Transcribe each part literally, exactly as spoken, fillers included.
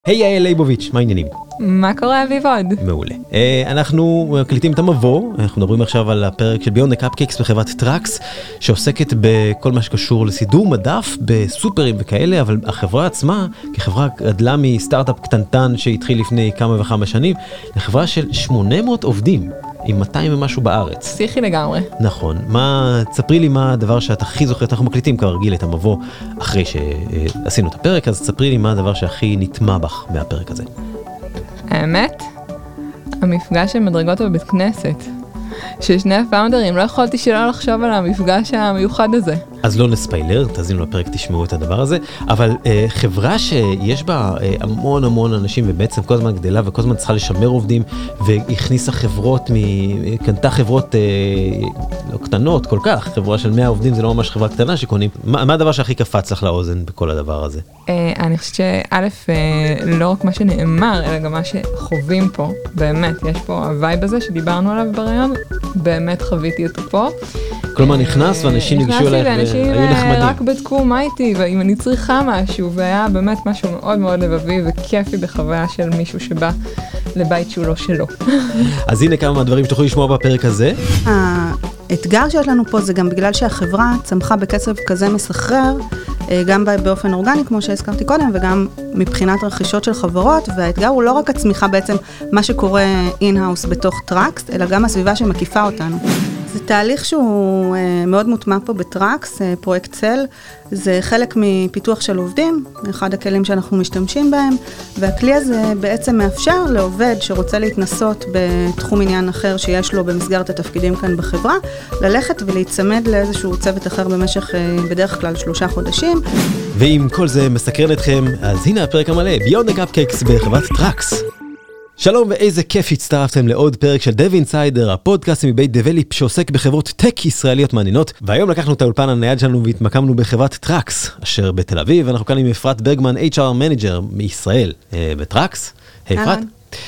היי יעל ליבוביץ', מה העניינים? מה קורה אביבוד? מעולה. אנחנו מקליטים את המבוא, אנחנו מדברים עכשיו על הפרק של Beyond the Cupcakes בחברת טראקס, שעוסקת בכל מה שקשור לסידור מדף בסופרים וכאלה, אבל החברה עצמה, כחברה גדלה מסטארט-אפ קטנטן שהתחיל לפני כמה וכמה שנים, לחברה של שמונה מאות עובדים, עם מאתיים ומשהו בארץ. פסיכי לגמרי. נכון. מה, תספרי לי מה הדבר שאת הכי זוכרת, אנחנו מקליטים כרגיל את המבוא אחרי שעשינו את הפרק, אז תספרי לי מה הדבר שהכי נטמע בך מהפרק הזה. האמת, המפגש של מדרגות בבית כנסת, ששני הפאונדרים, לא יכולתי שלא לחשוב על המפגש המיוחד הזה. אז לא נספיילר, תאזינו לפרק, תשמעו את הדבר הזה, אבל אה, חברה שיש בה אה, המון המון אנשים, ובעצם כל הזמן גדלה, וכל הזמן צריכה לשמר עובדים, והכניסה חברות, מ... קנתה חברות אה, לא קטנות כל כך, חברה של מאה עובדים, זה לא ממש חברה קטנה שקונים. מה, מה הדבר שהכי קפץ לך לאוזן בכל הדבר הזה? אה, אני חושבת שא', אה, לא רק מה שנאמר, אלא גם מה שחווים פה, באמת, יש פה הווייב הזה שדיברנו עליו ברעיון, באמת חוויתי אותו פה. כלומר נכנס ואנשים ניגשו אליך והיו נחמדים. רק בדקו מה איתי, ואם אני צריכה משהו, והיה באמת משהו מאוד מאוד לבבי וכיפי בחוויה של מישהו שבא לבית שהוא לא שלו. אז הנה כמה מהדברים שתוכלו לשמוע בפרק הזה. האתגר שיש לנו פה זה גם בגלל שהחברה צמחה בקצב כזה מסחרר, גם באופן אורגני, כמו שהזכרתי קודם, וגם מבחינת רכישות של חברות, והאתגר הוא לא רק הצמיחה בעצם מה שקורה אין-האוס בתוך טראקס, אלא גם הסביבה שמקיפה אותנו. זה תהליך שהוא מאוד מוטמע פה בטראקס, פרויקט צל, זה חלק מפיתוח של עובדים, אחד הכלים שאנחנו משתמשים בהם, והכלי הזה בעצם מאפשר לעובד שרוצה להתנסות בתחום עניין אחר שיש לו במסגרת התפקידים כאן בחברה, ללכת ולהצמד לאיזשהו צוות אחר במשך בדרך כלל שלושה חודשים. ואם כל זה מסקרן אתכם, אז הנה הפרק המלא, Beyond the Cupcakes בחברת טראקס. שלום ואיזה כיף שהצטרפתם לעוד פרק של Dev Insider, הפודקאסט מבית דבליפ שעוסק בחברות טק ישראליות מעניינות, והיום לקחנו את האולפן הנייד שלנו והתמקמנו בחברת טראקס, אשר בתל אביב, ואנחנו כאן עם אפרת ברגמן, אייץ' אר מנג'ר מישראל בטראקס. היי אפרת.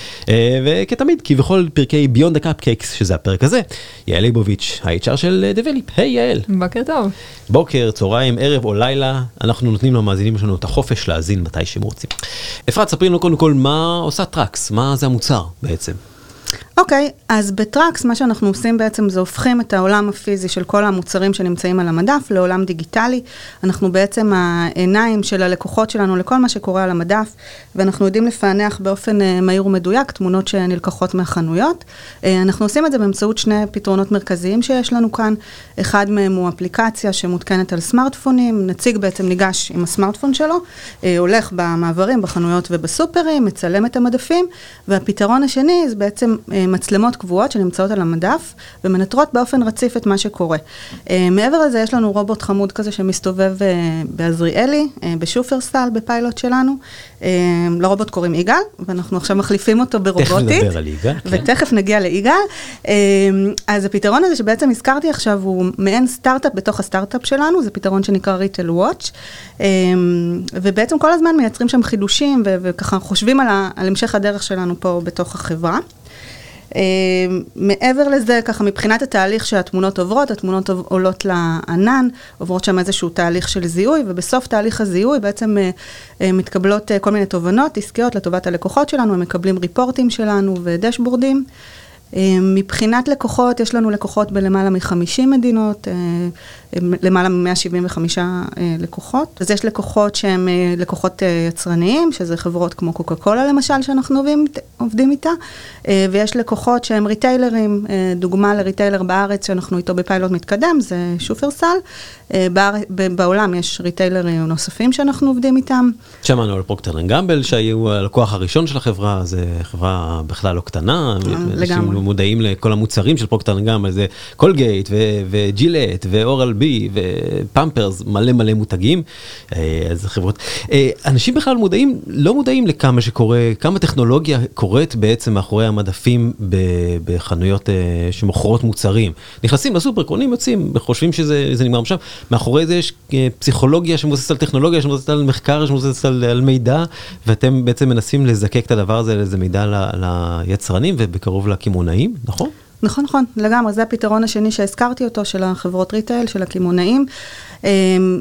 וכתמיד, כבכל פרקי Beyond the Cupcakes, שזה הפרק הזה, יעל ליבוביץ', ה-אייץ' אר של דבליפ. היי יעל. בוקר טוב. בוקר, צהריים, ערב או לילה, אנחנו נותנים למאזינים שלנו את החופש להאזין מתי שהם רוצים. אפרת, ספרי לנו קודם כל מה עושה טראקס, מה זה המוצר בעצם? אוקיי, okay, אז בטראקס מה שאנחנו עושים בעצם זה הופכים את העולם הפיזי של כל המוצרים שנמצאים על המדף לעולם דיגיטלי. אנחנו בעצם העיניים של הלקוחות שלנו לכל מה שקורה על המדף, ואנחנו יודעים לפענח באופן מהיר ומדויק תמונות שנלקחות מהחנויות. אנחנו עושים את זה באמצעות שני פתרונות מרכזיים שיש לנו כאן. אחד מהם הוא אפליקציה שמותקנת על סמארטפונים, נציג בעצם ניגש עם הסמארטפון שלו, הולך במעברים, בחנויות ובסופרים, מצלם את המדפים, והפתרון השני זה בעצם מצלמות קבועות שנמצאות על המדף, ומנטרות באופן רציף את מה שקורה. מעבר לזה, יש לנו רובוט חמוד כזה שמסתובב בעזריאלי, בשופרסל, בפיילוט שלנו. לרובוט קוראים יגאל, ואנחנו עכשיו מחליפים אותו ברובוטית. תכף נדבר על יגאל. ותכף נגיע ליגאל. אז הפתרון הזה שבעצם הזכרתי עכשיו, הוא מעין סטארט-אפ בתוך הסטארט-אפ שלנו, זה פתרון שנקרא ריטל וואץ', ובעצם כל הזמן מייצרים שם חידושים, וככה חושבים על המשך הדרך שלנו פה בתוך החברה. מעבר לזה, ככה מבחינת התהליך שהתמונות עוברות, התמונות עולות לענן, עוברות שם איזשהו תהליך של זיהוי, ובסוף תהליך הזיהוי בעצם מתקבלות כל מיני תובנות עסקיות לטובת הלקוחות שלנו, הם מקבלים ריפורטים שלנו ודשבורדים. מבחינת לקוחות, יש לנו לקוחות בלמעלה מ-חמישים מדינות, למעלה מ-מאה שבעים וחמישה לקוחות. אז יש לקוחות שהם לקוחות יצרניים, שזה חברות כמו קוקה קולה למשל, שאנחנו עובדים, עובדים איתה, ויש לקוחות שהם ריטיילרים, דוגמה לריטיילר בארץ שאנחנו איתו בפיילוט מתקדם, זה שופרסל. בעולם יש ריטיילרים נוספים שאנחנו עובדים איתם. שמענו על פרוקטר אנד גמבל, שהיו הלקוח הראשון של החברה, זה חברה בכלל לא קטנה, לגמרי. מודעים לכל המוצרים של פרוקטר אנד גמבל, זה קולגייט וג'ילט ואורל בי ופמפרס, מלא מלא מותגים, אז חברות. אנשים בכלל מודעים, לא מודעים לכמה שקורה, כמה טכנולוגיה קורית בעצם מאחורי המדפים בחנויות שמוכרות מוצרים. נכנסים לסופר, קונים, יוצאים, חושבים שזה נגמר משם. מאחורי זה יש פסיכולוגיה שמבוססת על טכנולוגיה, שמבוססת על מחקר, שמבוססת על, על מידע, ואתם בעצם מנסים לזקק את הדבר הזה, לאיזה מידע ל, ליצרנים ובקרוב לכימונאים, נכון? נכון, נכון, לגמרי, זה הפתרון השני שהזכרתי אותו, של החברות ריטייל, של הכימונאים.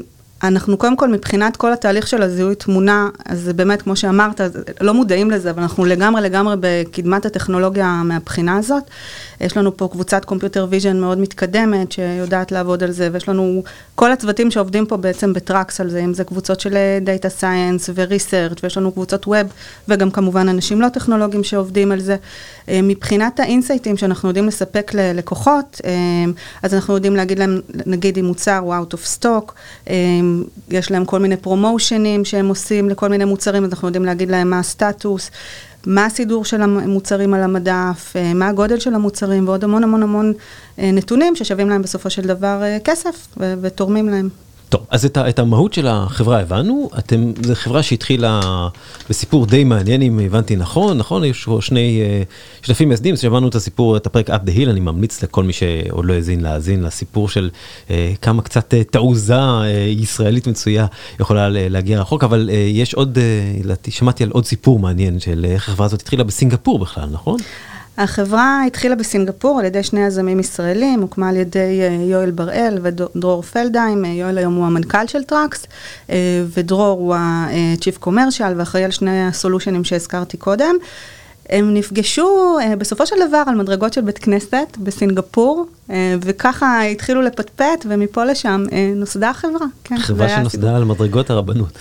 אנחנו קודם כל, מבחינת כל התהליך של הזיהוי תמונה, אז זה באמת, כמו שאמרת, לא מודעים לזה, אבל אנחנו לגמרי לגמרי בקדמת הטכנולוגיה מהבחינה הזאת. יש לנו פה קבוצת קומפיוטר ויז'ן מאוד מתקדמת, שיודעת לעבוד על זה, ויש לנו כל הצוותים שעובדים פה בעצם בטראקס על זה, אם זה קבוצות של דאטה סייאנס וריסרצ', ויש לנו קבוצות ווב, וגם כמובן אנשים לא טכנולוגיים שעובדים על זה. מבחינת האינסייטים שאנחנו יודעים לספק ללקוחות, אז אנחנו יודעים להגיד להם, נגיד אם מוצר הוא out of stock, יש להם כל מיני פרומושנים שהם עושים לכל מיני מוצרים, אז אנחנו יודעים להגיד להם מה הסטטוס, מה הסידור של המוצרים על המדף, מה הגודל של המוצרים, ועוד המון המון המון נתונים ששווים להם בסופו של דבר כסף ותורמים להם. טוב, אז את, את המהות של החברה הבנו, אתם, זו חברה שהתחילה בסיפור די מעניין, אם הבנתי נכון, נכון? יש שני שותפים מייסדים, שהבנו את הסיפור, את הפרק Up the Hill, אני ממליץ לכל מי שעוד לא האזין להאזין, לסיפור של אה, כמה קצת אה, תעוזה אה, ישראלית מצויה יכולה להגיע רחוק, אבל אה, יש עוד, אה, שמעתי על עוד סיפור מעניין של איך החברה הזאת התחילה בסינגפור בכלל, נכון? החברה התחילה בסינגפור על ידי שני יזמים ישראלים, הוקמה על ידי יואל בראל ודרור פלדהיים. יואל היום הוא המנכ"ל של טראקס, ודרור הוא ה-Chief Commercial, ואחראי על שני הסולושנים שהזכרתי קודם. הם נפגשו בסופו של דבר על מדרגות של בית כנסת בסינגפור, וככה התחילו לפטפט, ומפה לשם נוסדה החברה. חברה שנוסדה על מדרגות הרבנות.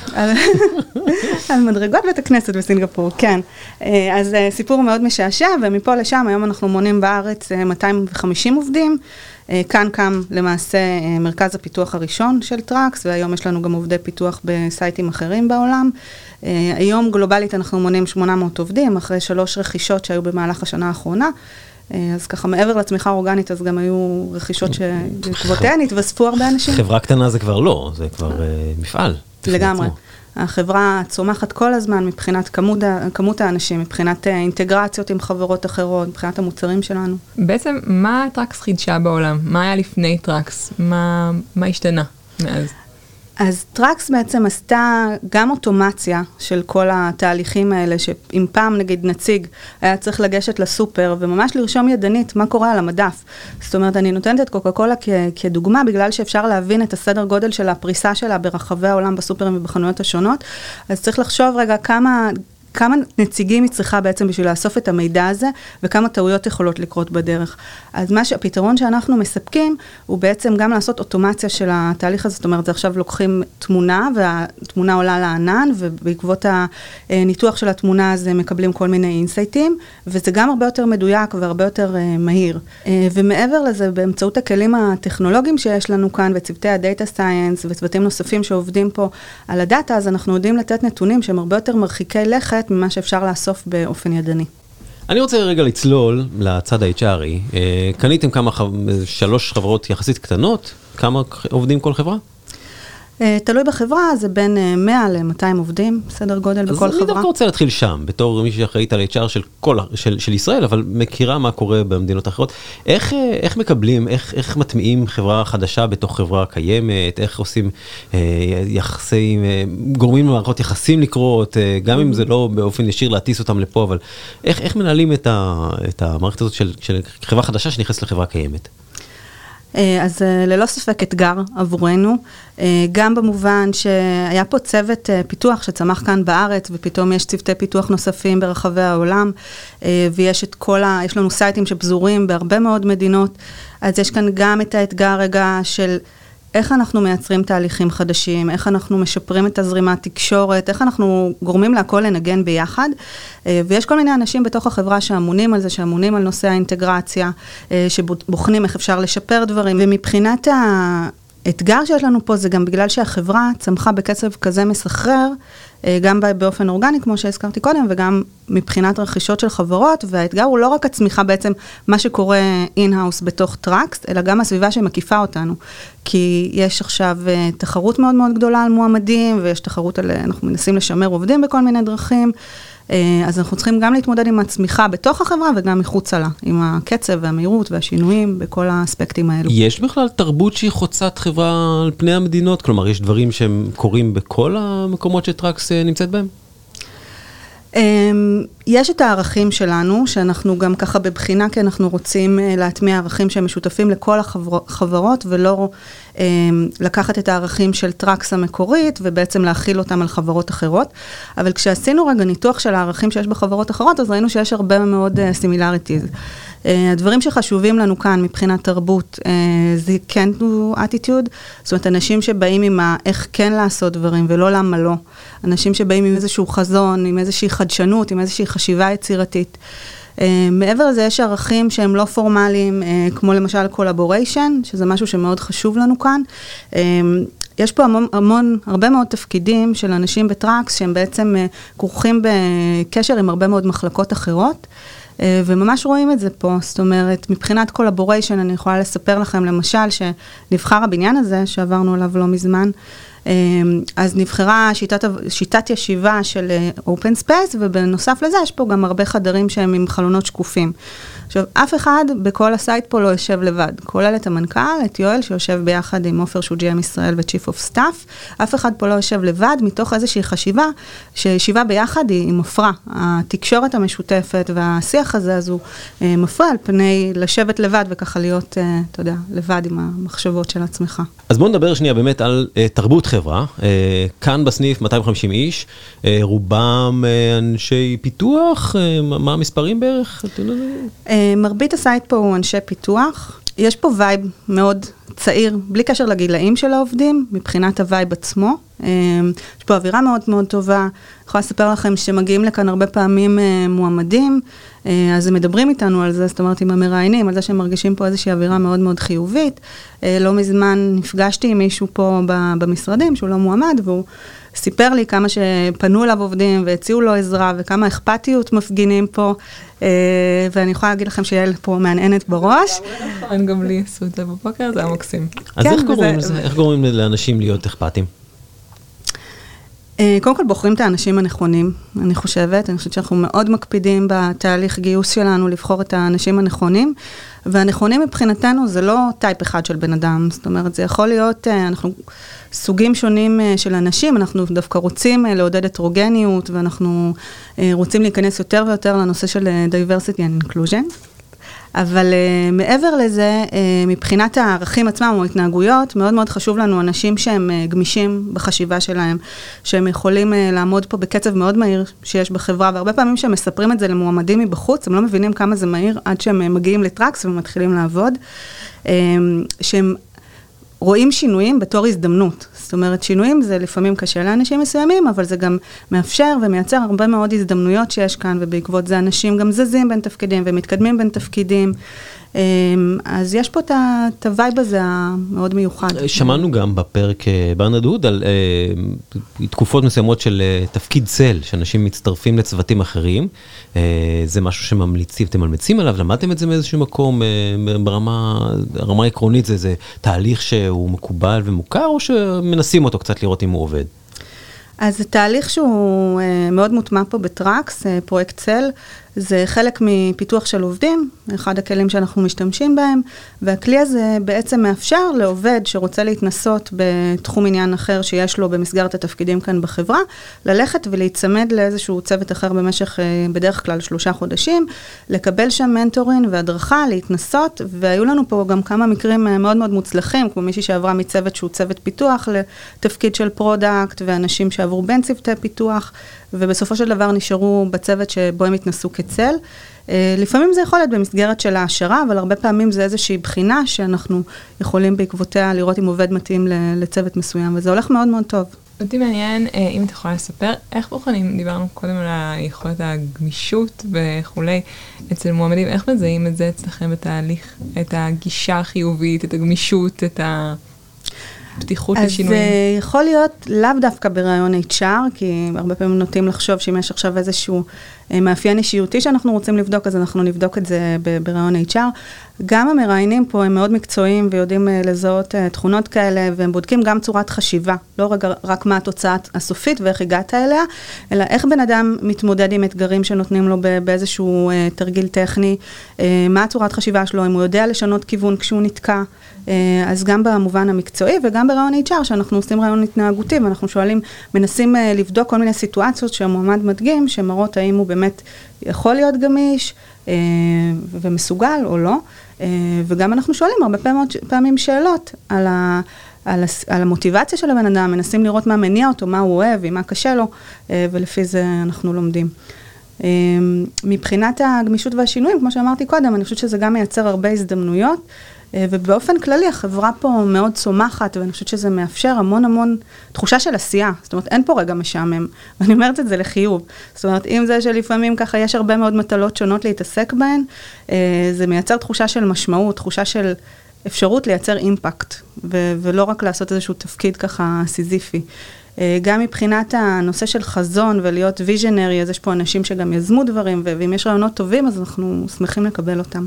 על מדרגות בית הכנסת בסינגפור, כן. אז סיפור מאוד משעשע, ומפה לשם היום אנחנו מונים בארץ מאתיים וחמישים עובדים. כאן קם למעשה מרכז הפיתוח הראשון של טראקס, והיום יש לנו גם עובדי פיתוח בסייטים אחרים בעולם. היום גלובלית אנחנו מונים שמונה מאות עובדים, אחרי שלוש רכישות שהיו במהלך השנה האחרונה. אז ככה מעבר לצמיחה אורגנית, אז גם היו רכישות שבעקבותיהן התווספו הרבה אנשים. חברה קטנה זה כבר לא, זה כבר מפעל. לגמרי. החברה צומחת כל הזמן מבחינת כמות, כמות האנשים, מבחינת אינטגרציות עם חברות אחרות, מבחינת המוצרים שלנו. בעצם, מה טראקס חידשה בעולם? מה היה לפני טראקס? מה, מה השתנה מאז? אז טראקס בעצם עשתה גם אוטומציה של כל התהליכים האלה, שאם פעם נגיד נציג היה צריך לגשת לסופר וממש לרשום ידנית מה קורה על המדף. זאת אומרת, אני נותנת את קוקה קולה כ- כדוגמה, בגלל שאפשר להבין את הסדר גודל של הפריסה שלה ברחבי העולם בסופרים ובחנויות השונות, אז צריך לחשוב רגע כמה... כמה נציגים היא צריכה בעצם בשביל לאסוף את המידע הזה, וכמה טעויות יכולות לקרות בדרך. אז מה שהפתרון שאנחנו מספקים, הוא בעצם גם לעשות אוטומציה של התהליך הזה, זאת אומרת, זה עכשיו לוקחים תמונה, והתמונה עולה לענן, ובעקבות הניתוח של התמונה הזה מקבלים כל מיני אינסייטים, וזה גם הרבה יותר מדויק והרבה יותר מהיר. ומעבר לזה, באמצעות הכלים הטכנולוגיים שיש לנו כאן, וצוותי הדאטה סייאנס, וצוותים נוספים שעובדים פה על הדאטה, אז אנחנו יודעים לתת נתונים שהם הרבה יותר מרחיקי לכת, ממה שאפשר לאסוף באופן ידני. אני רוצה רגע לצלול לצד ה-אייץ' אר. קניתם כמה, שלוש חברות יחסית קטנות, כמה עובדים כל חברה? תלוי בחברה, זה בין מאה למאתיים עובדים, סדר גודל בכל חברה. אז אני דווקא רוצה להתחיל שם, בתור מישהי שאחראית על אייץ' אר של, כל, של, של ישראל, אבל מכירה מה קורה במדינות אחרות. איך, איך מקבלים, איך, איך מטמיעים חברה חדשה בתוך חברה קיימת, איך עושים אה, יחסים, אה, גורמים למערכות יחסים לקרות, אה, גם אם זה לא באופן ישיר להטיס אותם לפה, אבל איך, איך מנהלים את, ה, את המערכת הזאת של, של חברה חדשה שנכנסת לחברה קיימת? אז ללא ספק אתגר עבורנו, גם במובן שהיה פה צוות פיתוח שצמח כאן בארץ, ופתאום יש צוותי פיתוח נוספים ברחבי העולם, ויש את כל ה... יש לנו סייטים שפזורים בהרבה מאוד מדינות, אז יש כאן גם את האתגר רגע של איך אנחנו מייצרים תהליכים חדשים, איך אנחנו משפרים את הזרימת תקשורת, איך אנחנו גורמים להכל לנגן ביחד, ויש כל מיני אנשים בתוך החברה שאמונים על זה, שאמונים על נושא האינטגרציה, שבוחנים איך אפשר לשפר דברים, ומבחינת האתגר שיש לנו פה זה גם בגלל שהחברה צמחה בקצב כזה מסחרר, גם באופן אורגני, כמו שהזכרתי קודם, וגם מבחינת רכישות של חברות, והאתגר הוא לא רק הצמיחה בעצם, מה שקורה אין-האוס בתוך טראקס, אלא גם הסביבה שמקיפה אותנו. כי יש עכשיו תחרות מאוד מאוד גדולה על מועמדים, ויש תחרות על, אנחנו מנסים לשמר עובדים בכל מיני דרכים, אז אנחנו צריכים גם להתמודד עם הצמיחה בתוך החברה, וגם מחוצה לה, עם הקצב והמהירות והשינויים בכל האספקטים האלו. יש בכלל תרבות שהיא חוצת חברה על פני המדינות? כלומר, יש דברים שהם קורים בכל המקומות שטראקס נמצאת בהם? יש את הערכים שלנו, שאנחנו גם ככה בבחינה, כי אנחנו רוצים להטמיע ערכים שהם משותפים לכל החברות, ולא אה, לקחת את הערכים של טרקס המקורית, ובעצם להכיל אותם על חברות אחרות. אבל כשעשינו רגע ניתוח של הערכים שיש בחברות אחרות, אז ראינו שיש הרבה מאוד סימילריטיז. הדברים שחשובים לנו כאן מבחינת תרבות, זה כן attitude, זאת אומרת, אנשים שבאים עם איך כן לעשות דברים ולא למה לא. אנשים שבאים עם איזשהו חזון, עם איזושהי חדשנות, עם איזושהי חשיבה יצירתית. מעבר לזה יש ערכים שהם לא פורמליים, כמו למשל collaboration, שזה משהו שמאוד חשוב לנו כאן. יש פה המון, המון, הרבה מאוד תפקידים של אנשים בטרקס, שהם בעצם כרוכים בקשר עם הרבה מאוד מחלקות אחרות. וממש רואים את זה פה, זאת אומרת, מבחינת קולבוריישן, אני יכולה לספר לכם למשל, שנבחר הבניין הזה, שעברנו עליו לא מזמן, אז נבחרה שיטת, שיטת ישיבה של אופן ספייס, ובנוסף לזה יש פה גם הרבה חדרים שהם עם חלונות שקופים. עכשיו, אף אחד בכל הסייט פה לא יושב לבד, כולל את המנכ"ל, את יואל, שיושב ביחד עם אופר שהוא ג'י אם ישראל ו-Chief of Staff, אף אחד פה לא יושב לבד, מתוך איזושהי חשיבה, שישיבה ביחד היא, היא מפרה. התקשורת המשותפת והשיח הזה, אז הוא אה, מפרה על פני לשבת לבד, וככה להיות, אה, אתה יודע, לבד עם המחשבות של עצמך. אז בואו נדבר שנייה באמת על אה, תרבות חברה. אה, כאן בסניף מאתיים וחמישים איש, אה, רובם אה, אנשי פיתוח, אה, מה המספרים בערך? אה, מרבית הסייט פה הוא אנשי פיתוח. יש פה וייב מאוד צעיר, בלי קשר לגילאים של העובדים, מבחינת הווייב עצמו. יש פה אווירה מאוד מאוד טובה. אני יכולה לספר לכם שמגיעים לכאן הרבה פעמים מועמדים, אז הם מדברים איתנו על זה, זאת אומרת עם המראיינים, על זה שהם מרגישים פה איזושהי אווירה מאוד מאוד חיובית. לא מזמן נפגשתי עם מישהו פה במשרדים, שהוא לא מועמד, והוא סיפר לי כמה שפנו אליו עובדים והציעו לו עזרה, וכמה אכפתיות מפגינים פה, ואני יכולה להגיד לכם שיעל פה מעננת בראש. גם לי עשו את זה בבוקר, זה היה מקסים. אז איך גורמים לאנשים להיות אכפתיים? קודם כל בוחרים את האנשים הנכונים, אני חושבת. אני חושבת שאנחנו מאוד מקפידים בתהליך גיוס שלנו לבחור את האנשים הנכונים, והנכונים מבחינתנו זה לא טייפ אחד של בן אדם, זאת אומרת, זה יכול להיות, אנחנו סוגים שונים של אנשים, אנחנו דווקא רוצים לעודד הטרוגניות, ואנחנו רוצים להיכנס יותר ויותר לנושא של diversity and inclusion. אבל uh, מעבר לזה, uh, מבחינת הערכים עצמם או התנהגויות, מאוד מאוד חשוב לנו אנשים שהם uh, גמישים בחשיבה שלהם, שהם יכולים uh, לעמוד פה בקצב מאוד מהיר שיש בחברה, והרבה פעמים שהם מספרים את זה למועמדים מבחוץ, הם לא מבינים כמה זה מהיר עד שהם uh, מגיעים לטרקס ומתחילים לעבוד, uh, שהם רואים שינויים בתור הזדמנות. זאת אומרת, שינויים זה לפעמים קשה לאנשים מסוימים, אבל זה גם מאפשר ומייצר הרבה מאוד הזדמנויות שיש כאן, ובעקבות זה אנשים גם זזים בין תפקידים ומתקדמים בין תפקידים. אז יש פה את הווייב הזה המאוד מיוחד. שמענו גם בפרק ברנדהוד על תקופות מסוימות של תפקיד צל, שאנשים מצטרפים לצוותים אחרים. זה משהו שממליצים, אתם ממליצים עליו, למדתם את זה מאיזשהו מקום, ברמה, הרמה העקרונית זה, זה תהליך שהוא מקובל ומוכר, או שמנסים אותו קצת לראות אם הוא עובד? אז זה תהליך שהוא מאוד מוטמע פה בטרקס, פרויקט צל, זה חלק מפיתוח של עובדים, אחד הכלים שאנחנו משתמשים בהם, והכלי הזה בעצם מאפשר לעובד שרוצה להתנסות בתחום עניין אחר שיש לו במסגרת התפקידים כאן בחברה, ללכת ולהצמד לאיזשהו צוות אחר במשך בדרך כלל שלושה חודשים, לקבל שם מנטורין והדרכה, להתנסות, והיו לנו פה גם כמה מקרים מאוד מאוד מוצלחים, כמו מישהי שעברה מצוות שהוא צוות פיתוח לתפקיד של פרודקט, ואנשים שעברו בין צוותי פיתוח, ובסופו של דבר נשארו בצוות שבו הם התנסו כצל. לפעמים זה יכול להיות במסגרת של ההשערה, אבל הרבה פעמים זה איזושהי בחינה שאנחנו יכולים בעקבותיה לראות אם עובד מתאים לצוות מסוים, וזה הולך מאוד מאוד טוב. אותי מעניין, אם את יכולה לספר, איך בוחנים, דיברנו קודם על היכולת הגמישות וכולי, אצל מועמדים, איך מזהים את זה אצלכם בתהליך, את הגישה החיובית, את הגמישות, את ה... פתיחות לשינויים. אז זה יכול להיות לאו דווקא ברעיון אייץ' אר, כי הרבה פעמים נוטים לחשוב שאם יש עכשיו איזשהו מאפיין אישיותי שאנחנו רוצים לבדוק, אז אנחנו נבדוק את זה ברעיון אייץ' אר. גם המראיינים פה הם מאוד מקצועיים ויודעים לזהות תכונות כאלה, והם בודקים גם צורת חשיבה, לא רק מה התוצאה הסופית ואיך הגעת אליה, אלא איך בן אדם מתמודד עם אתגרים שנותנים לו באיזשהו תרגיל טכני, מה צורת חשיבה שלו, אם הוא יודע לשנות כיוון כשהוא נתקע, אז גם במובן המקצועי וגם וגם ברעיון אייץ' אר, שאנחנו עושים רעיון התנהגותי, ואנחנו שואלים, מנסים לבדוק כל מיני סיטואציות שהמועמד מדגים, שמראות האם הוא באמת יכול להיות גמיש, ומסוגל או לא, וגם אנחנו שואלים הרבה פעמים שאלות על ה... על, על המוטיבציה של הבן אדם, מנסים לראות מה מניע אותו, מה הוא אוהב, ומה קשה לו, ולפי זה אנחנו לומדים. מבחינת הגמישות והשינויים, כמו שאמרתי קודם, אני חושבת שזה גם מייצר הרבה הזדמנויות, ובאופן כללי החברה פה מאוד צומחת, ואני חושבת שזה מאפשר המון המון תחושה של עשייה, זאת אומרת, אין פה רגע משעמם, ואני אומרת את זה לחיוב, זאת אומרת, אם זה שלפעמים ככה יש הרבה מאוד מטלות שונות להתעסק בהן, זה מייצר תחושה של משמעות, תחושה של אפשרות לייצר אימפקט, ו- ולא רק לעשות איזשהו תפקיד ככה סיזיפי. גם מבחינת הנושא של חזון ולהיות ויז'נרי, אז יש פה אנשים שגם יזמו דברים, ו- ואם יש רעיונות טובים, אז אנחנו שמחים לקבל אותם.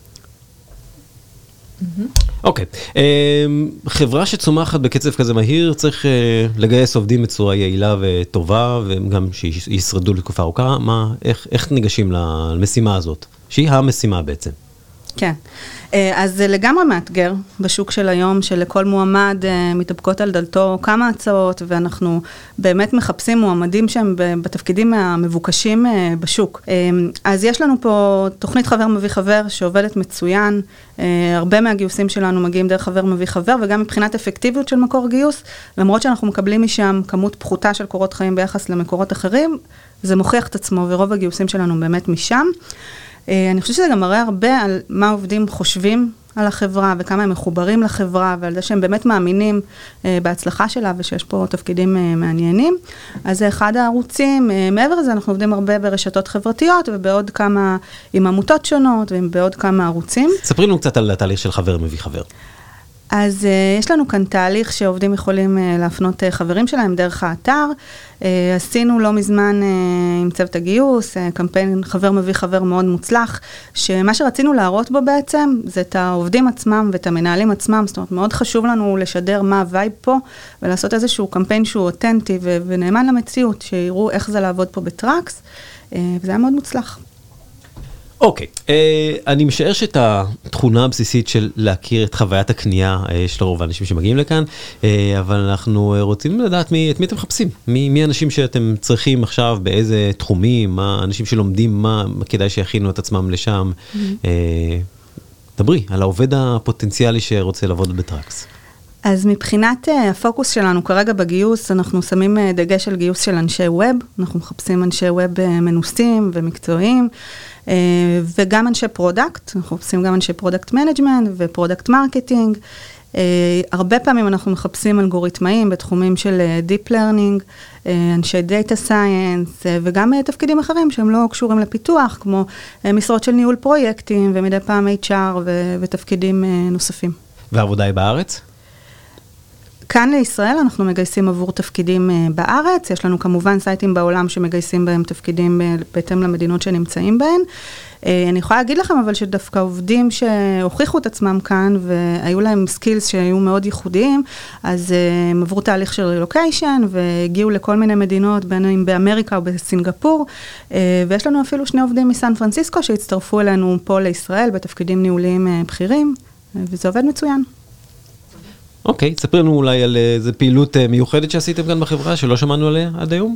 אוקיי, חברה שצומחת בקצב כזה מהיר, צריך לגייס עובדים בצורה יעילה וטובה, וגם שישרדו לתקופה ארוכה. מה, איך, איך ניגשים למשימה הזאת? שהיא המשימה בעצם. כן. אז זה לגמרי מאתגר בשוק של היום, שלכל מועמד מתאבקות על דלתו כמה הצעות, ואנחנו באמת מחפשים מועמדים שהם בתפקידים המבוקשים בשוק. אז יש לנו פה תוכנית חבר מביא חבר שעובדת מצוין, הרבה מהגיוסים שלנו מגיעים דרך חבר מביא חבר, וגם מבחינת אפקטיביות של מקור גיוס, למרות שאנחנו מקבלים משם כמות פחותה של קורות חיים ביחס למקורות אחרים, זה מוכיח את עצמו, ורוב הגיוסים שלנו באמת משם. אני חושבת שזה גם מראה הרבה על מה עובדים חושבים על החברה, וכמה הם מחוברים לחברה, ועל זה שהם באמת מאמינים בהצלחה שלה, ושיש פה תפקידים מעניינים. אז זה אחד הערוצים. מעבר לזה, אנחנו עובדים הרבה ברשתות חברתיות, ובעוד כמה, עם עמותות שונות, ובעוד כמה ערוצים. ספרי לנו קצת על התהליך של חבר מביא חבר. אז uh, יש לנו כאן תהליך שעובדים יכולים uh, להפנות uh, חברים שלהם דרך האתר. Uh, עשינו לא מזמן uh, עם צוות הגיוס, uh, קמפיין חבר מביא חבר מאוד מוצלח, שמה שרצינו להראות בו בעצם, זה את העובדים עצמם ואת המנהלים עצמם, זאת אומרת, מאוד חשוב לנו לשדר מה הווייב פה, ולעשות איזשהו קמפיין שהוא אותנטי ו- ונאמן למציאות, שיראו איך זה לעבוד פה בטראקס, uh, וזה היה מאוד מוצלח. אוקיי, אני משער שאת התכונה הבסיסית של להכיר את חוויית הקנייה של רוב האנשים שמגיעים לכאן, אבל אנחנו רוצים לדעת את מי אתם מחפשים, מי האנשים שאתם צריכים עכשיו, באיזה תחומים, מה אנשים שלומדים, מה כדאי שיכינו את עצמם לשם. דברי על העובד הפוטנציאלי שרוצה לעבוד בטראקס. אז מבחינת הפוקוס שלנו כרגע בגיוס, אנחנו שמים דגש על גיוס של אנשי ווב, אנחנו מחפשים אנשי ווב מנוסים ומקצועיים, וגם אנשי פרודקט, אנחנו מחפשים גם אנשי פרודקט מנג'מנט ופרודקט מרקטינג. הרבה פעמים אנחנו מחפשים אלגוריתמאים בתחומים של דיפ לרנינג, אנשי דאטה סייאנס, וגם תפקידים אחרים שהם לא קשורים לפיתוח, כמו משרות של ניהול פרויקטים, ומדי פעם אייץ' אר ותפקידים נוספים. והעבודה היא בארץ? כאן לישראל אנחנו מגייסים עבור תפקידים בארץ, יש לנו כמובן סייטים בעולם שמגייסים בהם תפקידים בהתאם למדינות שנמצאים בהן. אני יכולה להגיד לכם אבל שדווקא עובדים שהוכיחו את עצמם כאן והיו להם סקילס שהיו מאוד ייחודיים, אז הם עברו תהליך של רילוקיישן והגיעו לכל מיני מדינות, בין אם באמריקה או בסינגפור, ויש לנו אפילו שני עובדים מסן פרנסיסקו שהצטרפו אלינו פה לישראל בתפקידים ניהוליים בכירים, וזה עובד מצוין. אוקיי, ספר לנו אולי על איזו פעילות מיוחדת שעשיתם כאן בחברה, שלא שמענו עליה עד היום?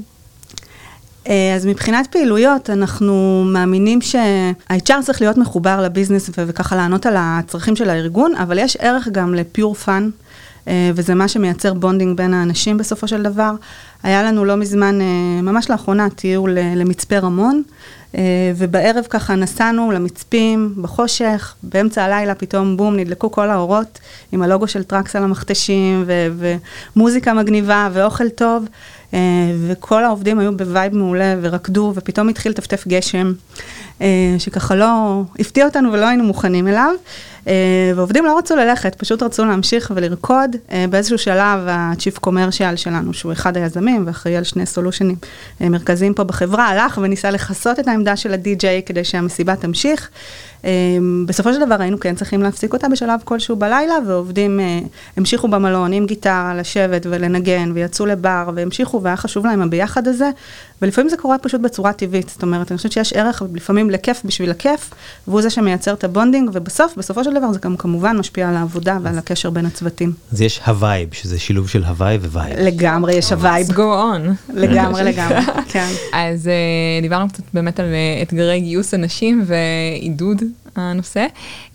אז מבחינת פעילויות, אנחנו מאמינים שה-אייץ' אר צריך להיות מחובר לביזנס וככה לענות על הצרכים של הארגון, אבל יש ערך גם לפיור פאן, וזה מה שמייצר בונדינג בין האנשים בסופו של דבר. היה לנו לא מזמן, ממש לאחרונה, טיול למצפה רמון, ובערב ככה נסענו למצפים, בחושך, באמצע הלילה פתאום בום, נדלקו כל האורות, עם הלוגו של טראקס על המכתשים, ו- ומוזיקה מגניבה, ואוכל טוב, וכל העובדים היו בווייב מעולה, ורקדו, ופתאום התחיל טפטף גשם, שככה לא הפתיע אותנו ולא היינו מוכנים אליו, ועובדים לא רצו ללכת, פשוט רצו להמשיך ולרקוד. באיזשהו שלב, הצ'יפ קומרשיאל שלנו, שהוא אחד היזמים, ואחראי על שני סולושנים מרכזיים פה בחברה, הלך וניסה לחסות את העמדה של הדי-ג'יי, כדי שהמסיבה תמשיך. בסופו של דבר היינו כן צריכים להפסיק אותה בשלב כלשהו בלילה, ועובדים המשיכו במלון עם גיטרה לשבת ולנגן, ויצאו לבר, והמשיכו, והיה חשוב להם הביחד הזה, ולפעמים זה קורה פשוט בצורה טבעית, זאת אומרת, אני חושבת שיש ערך לפעמים לכיף בשביל הכיף, והוא זה שמייצר את הבונדינג, ובסוף, בסופו של דבר זה גם כמובן משפיע על העבודה ועל הקשר בין הצוותים. אז יש הווייב, שזה שילוב של הוואי ווייב. לגמרי, יש הווייב. Let's go on. לגמרי, לגמרי, כן. אז דיברנו קצת באמת על אתגרי גיוס אנשים ועידוד הנושא.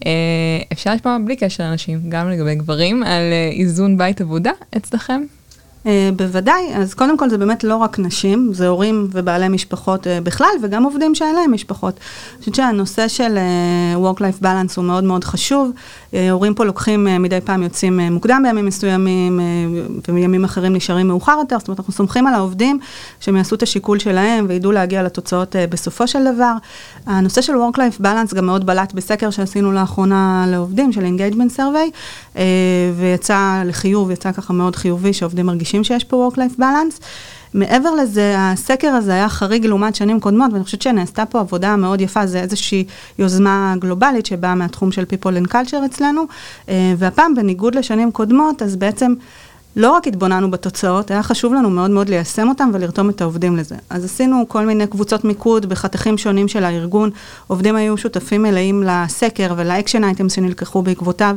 אפשר לשמוע בלי קשר לאנשים, גם לגבי גברים, על איזון בית עבודה אצלכם? Uh, בוודאי, אז קודם כל זה באמת לא רק נשים, זה הורים ובעלי משפחות uh, בכלל, וגם עובדים שאין להם משפחות. אני חושבת שהנושא של uh, work-life balance הוא מאוד מאוד חשוב, uh, הורים פה לוקחים uh, מדי פעם יוצאים uh, מוקדם בימים מסוימים, uh, ומימים אחרים נשארים מאוחר יותר, זאת אומרת, אנחנו סומכים על העובדים שהם יעשו את השיקול שלהם, וידעו להגיע לתוצאות uh, בסופו של דבר. הנושא של work-life balance גם מאוד בלט בסקר שעשינו לאחרונה לעובדים, של engagement survey, uh, ויצא לחיוב, יצא ככה מאוד חיובי, שעובדים מרגישים שיש פה work-life balance. מעבר לזה, הסקר הזה היה חריג לעומת שנים קודמות, ואני חושבת שנעשתה פה עבודה מאוד יפה, זה איזושהי יוזמה גלובלית שבאה מהתחום של people and culture אצלנו, והפעם בניגוד לשנים קודמות, אז בעצם לא רק התבוננו בתוצאות, היה חשוב לנו מאוד מאוד ליישם אותם ולרתום את העובדים לזה. אז עשינו כל מיני קבוצות מיקוד בחתכים שונים של הארגון, עובדים היו שותפים מלאים לסקר ולאקשן אייטמס שנלקחו בעקבותיו,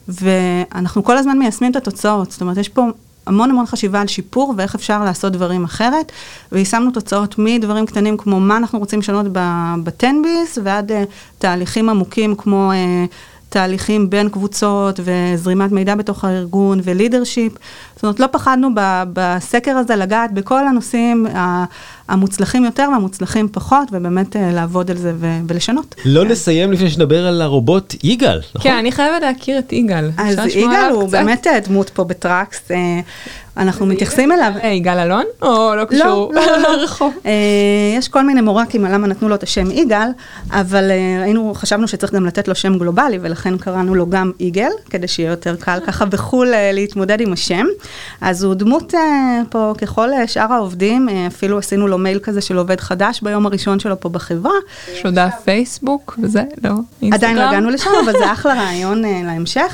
ואנחנו כל הזמן מיישמים את התוצאות, זאת אומרת, יש פה המון המון חשיבה על שיפור ואיך אפשר לעשות דברים אחרת, ויישמנו תוצאות מדברים קטנים כמו מה אנחנו רוצים לשנות בטנביס, ועד uh, תהליכים עמוקים כמו uh, תהליכים בין קבוצות וזרימת מידע בתוך הארגון ולידרשיפ. זאת אומרת, לא פחדנו ב- בסקר הזה לגעת בכל הנושאים המוצלחים יותר והמוצלחים פחות, ובאמת uh, לעבוד על זה ו- ולשנות. לא נסיים לפני שנדבר על הרובוט יגאל, נכון? כן, אני חייבת להכיר את יגאל. אז יגאל הוא באמת דמות פה בטראקס, אנחנו מתייחסים אליו. יגאל אלון? או לא קשור? לא, לא, לא. יש כל מיני מורקים על למה נתנו לו את השם יגאל, אבל היינו, חשבנו שצריך גם לתת לו שם גלובלי, ולכן קראנו לו גם יגאל, כדי שיהיה יותר קל ככה בחול להתמודד עם השם. אז הוא דמות פה ככל שאר העובדים, אפילו עשינו לו מייל כזה של עובד חדש ביום הראשון שלו פה בחברה. יש לו דף פייסבוק וזה, לא? עדיין לא הגענו לשם, אבל זה אחלה רעיון להמשך.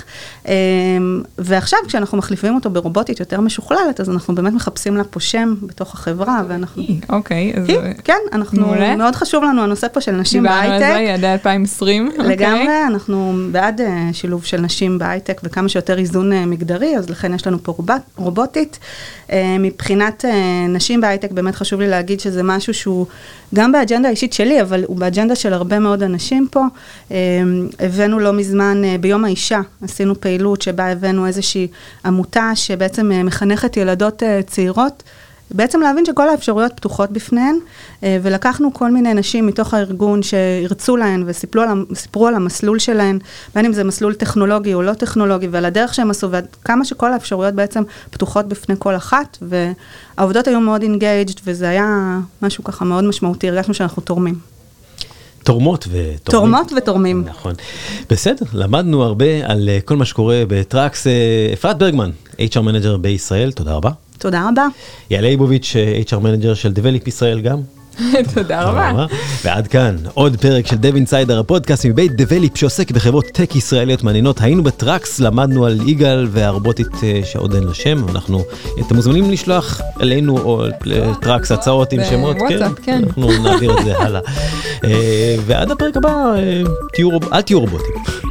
ועכשיו כשאנחנו מחליפים אותו ברובוטית יותר משוכללת, אז אנחנו באמת מחפשים לה פה שם בתוך החברה, ואנחנו... אוקיי, אז... כן, אנחנו... מאוד חשוב לנו הנושא פה של נשים בהייטק. דיברנו על זה, יעדי אלפיים עשרים. לגמרי, אנחנו בעד שילוב של נשים בהייטק, וכמה שיותר איזון מגדרי, אז לכן יש לנו פה רובוטית. מבחינת נשים בהייטק, באמת חשוב לי להגיד שזה משהו שהוא גם באג'נדה האישית שלי, אבל הוא באג'נדה של הרבה מאוד אנשים פה. הבאנו לא מזמן, ביום האישה, עשינו פעילות שבה הבאנו איזושהי עמותה שבעצם מחנכת ילדות צעירות, בעצם להבין שכל האפשרויות פתוחות בפניהן, ולקחנו כל מיני נשים מתוך הארגון שהרצו להן וסיפרו על המסלול שלהן, בין אם זה מסלול טכנולוגי או לא טכנולוגי, ועל הדרך שהם עשו, וכמה שכל האפשרויות בעצם פתוחות בפני כל אחת, והעובדות היו מאוד engaged, וזה היה משהו ככה מאוד משמעותי, הרגשנו שאנחנו תורמים. תורמות ותורמים. תורמות ותורמים. נכון. בסדר, למדנו הרבה על כל מה שקורה בטראקס. אפרת ברגמן, אייץ' אר מנג'ר בישראל, תודה רבה. תודה רבה. יעל ליבוביץ', אייץ' אר מנג'ר של דבליפ ישראל גם. תודה רבה. ועד כאן, עוד פרק של דב אינסיידר, הפודקאסט מבית דבליפ שעוסק בחברות טק ישראליות מעניינות. היינו בטראקס, למדנו על יגאל והרובוטית שעוד אין לה שם. אנחנו, אתם מוזמנים לשלוח אלינו או לטראקס הצעות עם שמות. בוואטסאפ, כן. אנחנו נעביר את זה הלאה. ועד הפרק הבא, אל תהיו רובוטים.